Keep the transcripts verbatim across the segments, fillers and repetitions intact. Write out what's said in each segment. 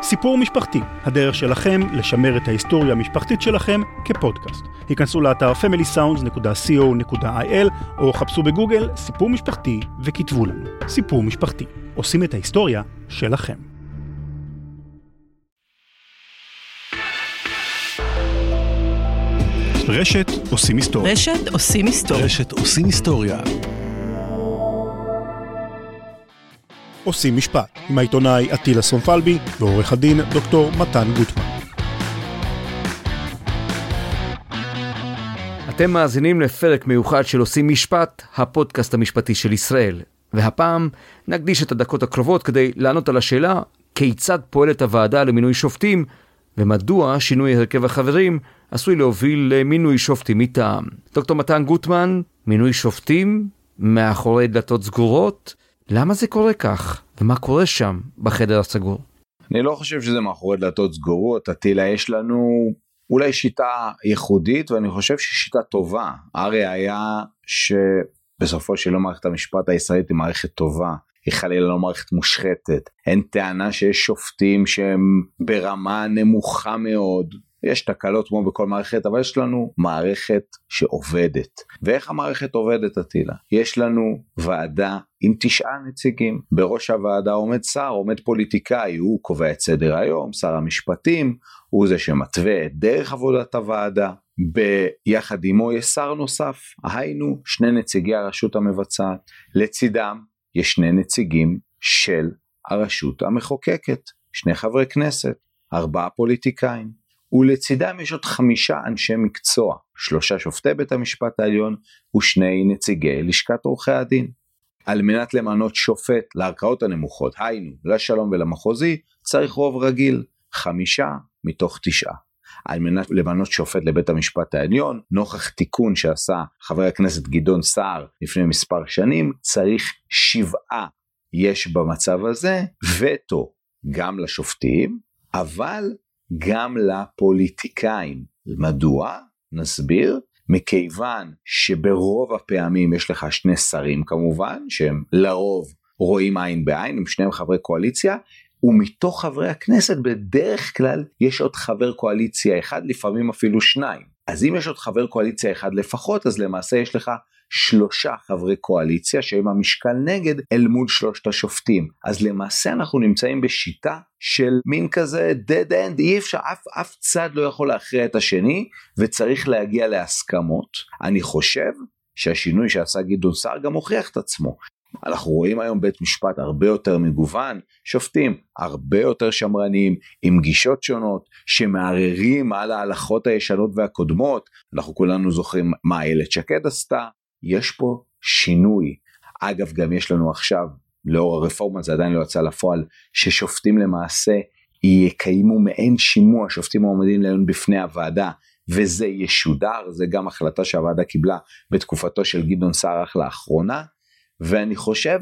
סיפור משפחתי, הדרך שלכם לשמר את ההיסטוריה המשפחתית שלכם כפודקאסט. היכנסו לאתר פמילי סאונדס נקודה קו נקודה איי אל או חפשו בגוגל סיפור משפחתי וכתבו לנו. סיפור משפחתי. עושים את ההיסטוריה שלכם. רשת עושים היסטוריה. רשת עושים היסטוריה. רשת עושים היסטוריה. עושים משפט, עם העיתונאי אטילה סונפלבי ועורך הדין דוקטור מתן גוטמן. אתם מאזינים לפרק מיוחד של עושים משפט, הפודקאסט המשפטי של ישראל. והפעם נקדיש את הדקות הקרובות כדי לענות על השאלה כיצד פועלת הוועדה למינוי שופטים, ומדוע שינוי הרכב החברים עשוי להוביל למינוי שופטים מטעם. דוקטור מתן גוטמן, מינוי שופטים מאחורי דלתות סגורות, למה זה קורה כך? ומה קורה שם בחדר הסגור? אני לא חושב שזה מאחורי דלתות סגורות. אטילה, יש לנו אולי שיטה ייחודית, ואני חושב ששיטה טובה. הרי היה שבסופו של מערכת המשפט הישראלית היא מערכת טובה, היא חלילה לא מערכת מושחתת. אין טענה שיש שופטים שהם ברמה נמוכה מאוד. יש תקלות כמו בכל מערכת, אבל יש לנו מערכת שעובדת. ואיך המערכת עובדת, אטילה? יש לנו ועדה עם תשעה נציגים. בראש הוועדה עומד שר, עומד פוליטיקאי, הוא קובע את סדר היום, שר המשפטים, הוא זה שמתווה את דרך עבודת הוועדה. ביחד עמו יש שר נוסף, היינו שני נציגי הרשות המבצעת. לצידם יש שני נציגים של הרשות המחוקקת, שני חברי כנסת, ארבעה פוליטיקאים. ולצידם יש עוד חמישה אנשי מקצוע, שלושה שופטי בית המשפט העליון ושני נציגי לשכת עורכי הדין. על מנת למנות שופט לערכאות הנמוכות, היינו לשלום ולמחוזי, צריך רוב רגיל, חמישה מתוך תשעה. על מנת למנות שופט לבית המשפט העליון, נוכח תיקון שעשה חבר הכנסת גדעון סער לפני מספר שנים, צריך שבעה. יש במצב הזה וטו גם לשופטים, אבל גם לפוליטיקאים. מדוע? נסביר. מכיוון שברוב הפעמים יש לך שני שרים כמובן, שהם לרוב רואים עין בעין, הם שניהם חברי קואליציה, ומתוך חברי הכנסת בדרך כלל יש עוד חבר קואליציה אחד, לפעמים אפילו שניים. אז אם יש עוד חבר קואליציה אחד לפחות, אז למעשה יש לך שלושה חברי קואליציה שהם המשקל נגד אל מול שלושת השופטים. אז למעשה אנחנו נמצאים בשיטה של מין כזה dead end, אי אפשר, אף, אף צד לא יכול להכריע את השני, וצריך להגיע להסכמות. אני חושב שהשינוי שעשה גדעון סער גם הוכיח את עצמו. אנחנו רואים היום בית משפט הרבה יותר מגוון, שופטים הרבה יותר שמרניים, עם גישות שונות, שמערערים על ההלכות הישנות והקודמות. אנחנו כולנו זוכרים מה איילת שקד עשתה. יש פה שינוי. אגב, גם יש לנו עכשיו, לאור הרפורמה, זה עדיין לא יצא לפועל, ששופטים למעשה יקיימו מעין שימוע, שופטים העומדים לעיון בפני הוועדה, וזה ישודר. זה גם החלטה שהוועדה קיבלה בתקופתו של גדעון סער אך לאחרונה, ואני חושב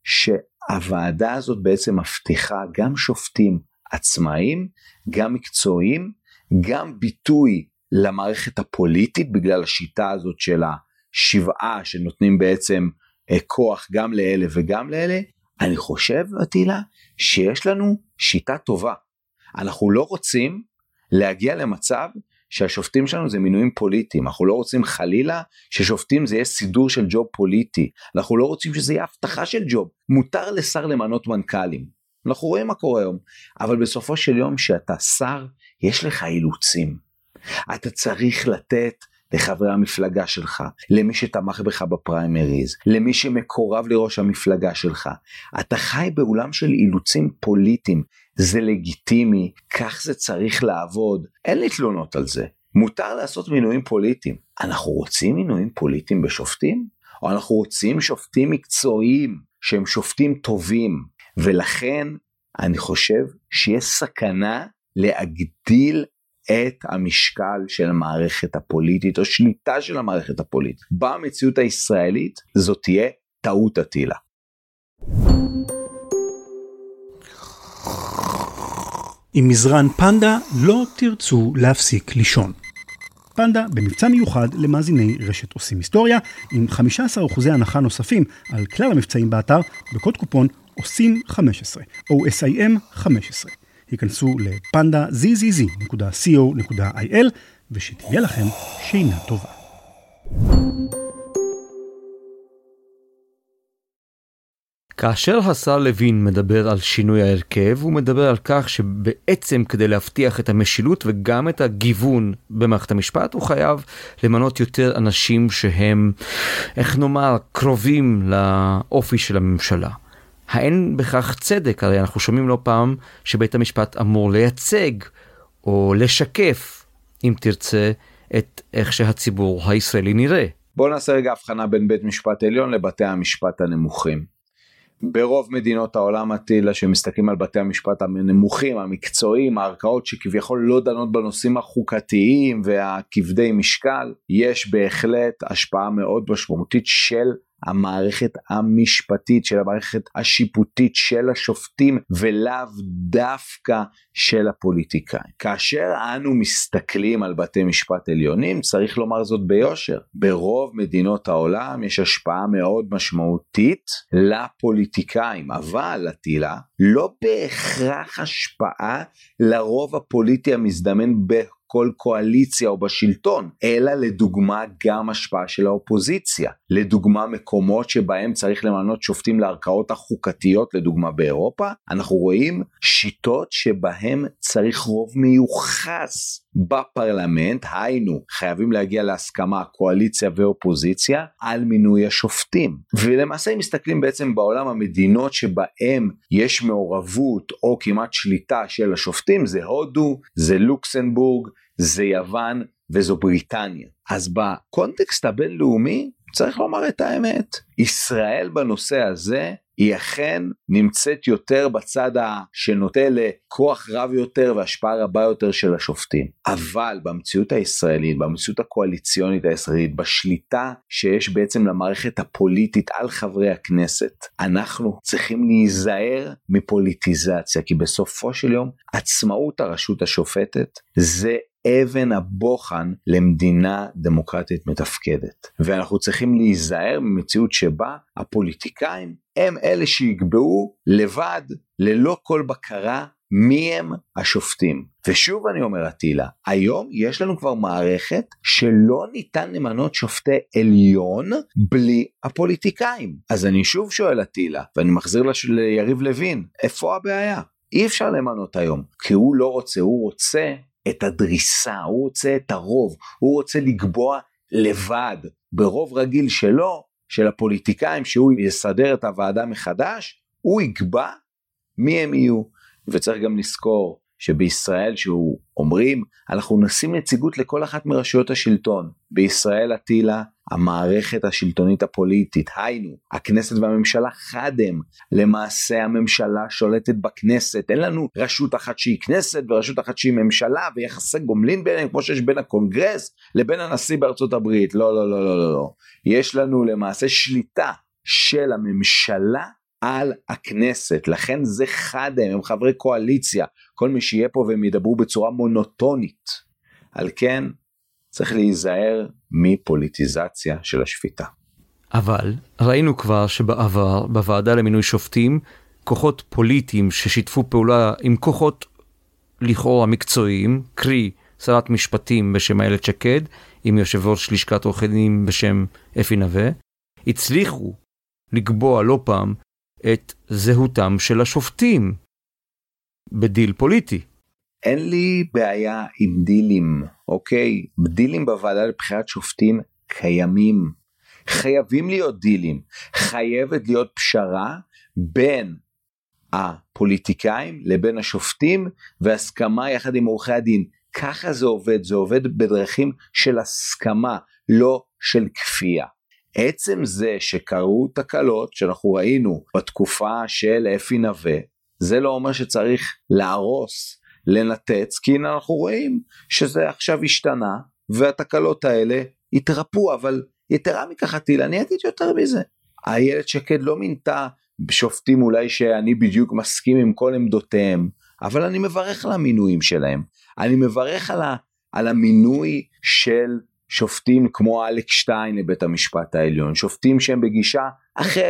שהוועדה הזאת בעצם מבטיחה גם שופטים עצמאיים, גם מקצועיים, גם ביטוי למערכת הפוליטית, בגלל השיטה הזאת של השבעה שנותנים בעצם כוח גם לאלה וגם לאלה. אני חושב, אטילה, שיש לנו שיטה טובה. אנחנו לא רוצים להגיע למצב שהשופטים שלנו זה מינויים פוליטיים. אנחנו לא רוצים חלילה ששופטים זה יהיה סידור של ג'וב פוליטי. אנחנו לא רוצים שזה יהיה הבטחה של ג'וב. מותר לשר למנות מנכ"לים. אנחנו רואים מה קורה היום. אבל בסופו של יום שאתה שר, יש לך אילוצים. אתה צריך לתת לחברי המפלגה שלך, למי שתמך בך בפריימריז, למי שמקורב לראש המפלגה שלך. אתה חי בעולם של אילוצים פוליטיים. זה לגיטימי, כך זה צריך לעבוד. אין לי תלונות על זה. מותר לעשות מינויים פוליטיים. אנחנו רוצים מינויים פוליטיים בשופטים? או אנחנו רוצים שופטים מקצועיים, שהם שופטים טובים? ולכן אני חושב שיש סכנה להגדיל את המשקל של המערכת הפוליטית, או שליטה של המערכת הפוליטית. במציאות הישראלית זאת תהיה טעות, אטילה. עם מזרן פנדה לא תרצו להפסיק לישון. פנדה במבצע מיוחד למאזיני רשת עושים היסטוריה, עם חמישה עשר אחוז הנחה נוספים על כלל המבצעים באתר, בקוד קופון עושים חמש עשרה, או אס איי אם חמש עשרה. היכנסו לפנדה זי זי זי נקודה סי או נקודה איי אל ושתהיה לכם שינה טובה. כאשר השר לוין מדבר על שינוי ההרכב, הוא מדבר על כך שבעצם כדי להבטיח את המשילות וגם את הגיוון במערכת המשפט, הוא חייב למנות יותר אנשים שהם, איך נאמר, קרובים לאופי של הממשלה. האין בכך צדק? הרי אנחנו שומעים לא פעם שבית המשפט אמור לייצג או לשקף, אם תרצה, את איך שהציבור הישראלי נראה. בואו נעשה רגע הבחנה בין בית משפט עליון לבתי המשפט הנמוכים. ברוב מדינות העולם עתילה שמסתכלים על בתי המשפט הנמוכים, המקצועיים, הערכאות שכביכול לא דנות בנושאים החוקתיים והכבדי משקל, יש בהחלט השפעה מאוד משמעותית של המערכת המשפטית, של המערכת השיפוטית של השופטים ולאו דווקא של הפוליטיקאים. כאשר אנו מסתכלים על בתי משפט עליונים, צריך לומר זאת ביושר, ברוב מדינות העולם יש השפעה מאוד משמעותית לפוליטיקאים, אבל עתילה לא בהכרח השפעה לרוב הפוליטי המזדמן בכל כל קואליציה או בשלטון, אלא לדוגמה גם השפעה של האופוזיציה, לדוגמה מקומות שבהם צריך למנות שופטים לערכאות החוקתיות, לדוגמה באירופה, אנחנו רואים שיטות שבהם צריך רוב מיוחס בפרלמנט, היינו חייבים להגיע להסכמה קואליציה ואופוזיציה על מינוי השופטים, ולמעשה אם מסתכלים בעצם בעולם המדינות שבהם יש מעורבות או כמעט שליטה של השופטים, זה הודו, זה לוקסנבורג, זה יוון וזו בריטניה. אז בקונטקסט הבינלאומי צריך לומר את האמת, ישראל בנושא הזה היא אכן נמצאת יותר בצד שנוטה לכוח רב יותר והשפעה רבה יותר של השופטים. אבל במציאות הישראלית, במציאות הקואליציונית הישראלית, בשליטה שיש בעצם למערכת הפוליטית על חברי הכנסת, אנחנו צריכים להיזהר מפוליטיזציה, כי בסופו של יום עצמאות הרשות השופטת זה אבן הבוחן למדינה דמוקרטית מתפקדת. ואנחנו צריכים להיזהר ממציאות שבה הפוליטיקאים הם אלה שיגבעו לבד, ללא כל בקרה, מי הם השופטים. ושוב אני אומר עתילה, היום יש לנו כבר מערכת שלא ניתן למנות שופטי עליון בלי הפוליטיקאים. אז אני שוב שואל עתילה, ואני מחזיר ליריב לוין, איפה הבעיה? אי אפשר למנות היום, כי הוא לא רוצה, הוא רוצה את הדריסה, הוא רוצה את הרוב, הוא רוצה לקבוע לבד, ברוב רגיל שלו, של הפוליטיקאים, שהוא יסדר את הוועדה מחדש, הוא יקבע מי הם יהיו. וצריך גם לזכור שבישראל שהוא אומרים, אנחנו נשים נציגות לכל אחת מרשויות השלטון. בישראל עתילה, המערכת השלטונית הפוליטית, היינו, הכנסת והממשלה חד הם. למעשה הממשלה שולטת בכנסת, אין לנו רשות אחת שהיא כנסת ורשות אחת שהיא ממשלה, ויחסי גומלין ביניהם כמו שיש בין הקונגרס לבין הנשיא בארצות הברית. לא, לא, לא, לא, לא, לא. יש לנו למעשה שליטה של הממשלה על הכנסת, לכן זה חד הם, הם חברי קואליציה, כל מי שיהיה פה והם ידברו בצורה מונוטונית. על כן צריך להיזהר מפוליטיזציה של השפיטה. אבל ראינו כבר שבעבר בוועדה למינוי שופטים, כוחות פוליטיים ששיתפו פעולה עם כוחות לכאורה מקצועיים, קרי שרת משפטים בשם איילת שקד, עם יושב ראש לשכת עורכי דין בשם אפי נווה, הצליחו לקבוע לא פעם את זהותם של השופטים בדיל פוליטי. אין לי בעיה עם דילים, אוקיי? דילים בוועדה לבחירת שופטים קיימים. חייבים להיות דילים. חייבת להיות פשרה בין הפוליטיקאים לבין השופטים, והסכמה יחד עם עורכי הדין. ככה זה עובד, זה עובד בדרכים של הסכמה, לא של כפייה. עצם זה שקרו תקלות שאנחנו ראינו בתקופה של אפי נווה, זה לא אומר שצריך להרוס, לנתץ, כי הנה אנחנו רואים שזה עכשיו השתנה, והתקלות האלה התרפו, אבל יתרה מכך עתילה, אני אגיד יותר מזה. איילת שקד לא מינתה שופטים אולי שאני בדיוק מסכים עם כל עמדותיהם, אבל אני מברך על המינויים שלהם. אני מברך על, ה, על המינוי של שופטים כמו אלכס שטיין לבית המשפט העליון, שופטים שהם בגישה אחרת,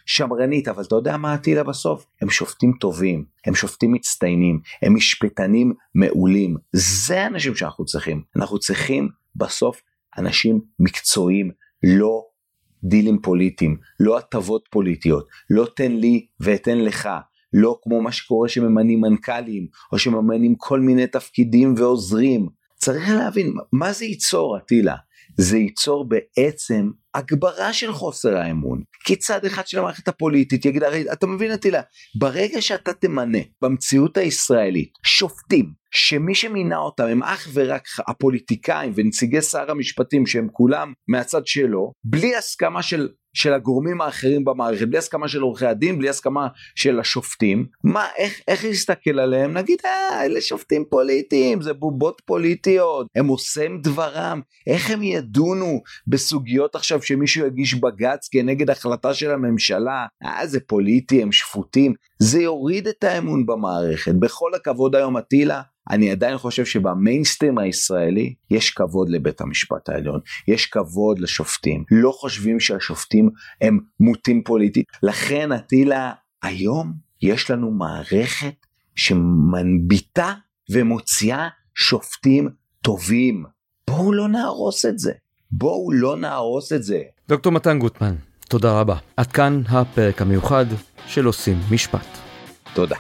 שמרנית, אבל אתה יודע מה עתילה בסוף? הם שופטים טובים, הם שופטים מצטיינים, הם משפטנים מעולים. זה האנשים שאנחנו צריכים. אנחנו צריכים בסוף אנשים מקצועיים, לא דילים פוליטיים, לא הטבות פוליטיות, לא תן לי ותן לך, לא כמו מה שקורה שממנים מנכ"לים, או שממנים כל מיני תפקידים ועוזרים. צריך להבין, מה זה ייצור, עתילה? זה ייצור בעצם הגברה של חוסר האמון. כי צד אחד של המערכת הפוליטית יגיד, הרי אתה מבין, עתילה, ברגע שאתה תמנה במציאות הישראלית שופטים, שמי שמינה אותם הם אך ורק הפוליטיקאים ונציגי שר המשפטים שהם כולם מהצד שלו, בלי הסכמה של, של הגורמים האחרים במערכת, בלי הסכמה של עורכי הדין, בלי הסכמה של השופטים, מה, איך, איך להסתכל עליהם? נגיד, אה, אלה שופטים פוליטיים, זה בובות פוליטיות, הם עושים דברם, איך הם ידונו בסוגיות עכשיו שמישהו יגיש בגץ כנגד החלטה של הממשלה, אה, זה פוליטי, הם שפוטים, זה יוריד את האמון במערכת. בכל הכבוד היום, עתילה, אני עדיין חושב שבמיינסטרים הישראלי יש כבוד לבית המשפט העליון, יש כבוד לשופטים, לא חושבים שהשופטים הם מוטים פוליטית. לכן, עתילה, היום יש לנו מערכת שמנביטה ומוציאה שופטים טובים. בואו לא נהרוס את זה, בואו לא נהרוס את זה. דוקטור מתן גוטמן, תודה רבה. עד כאן הפרק המיוחד של עושים משפט. תודה.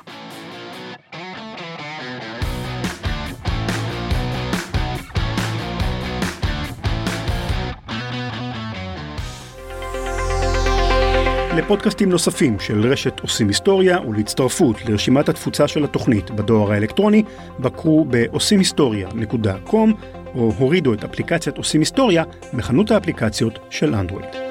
לפודקאסטים נוספים של רשת עושים היסטוריה ולהצטרפות לרשימת התפוצה של התוכנית בדואר האלקטרוני, בקרו ב-עושים היסטוריה נקודה קום או הורידו את אפליקציית עושים היסטוריה בחנות האפליקציות של אנדרואיד.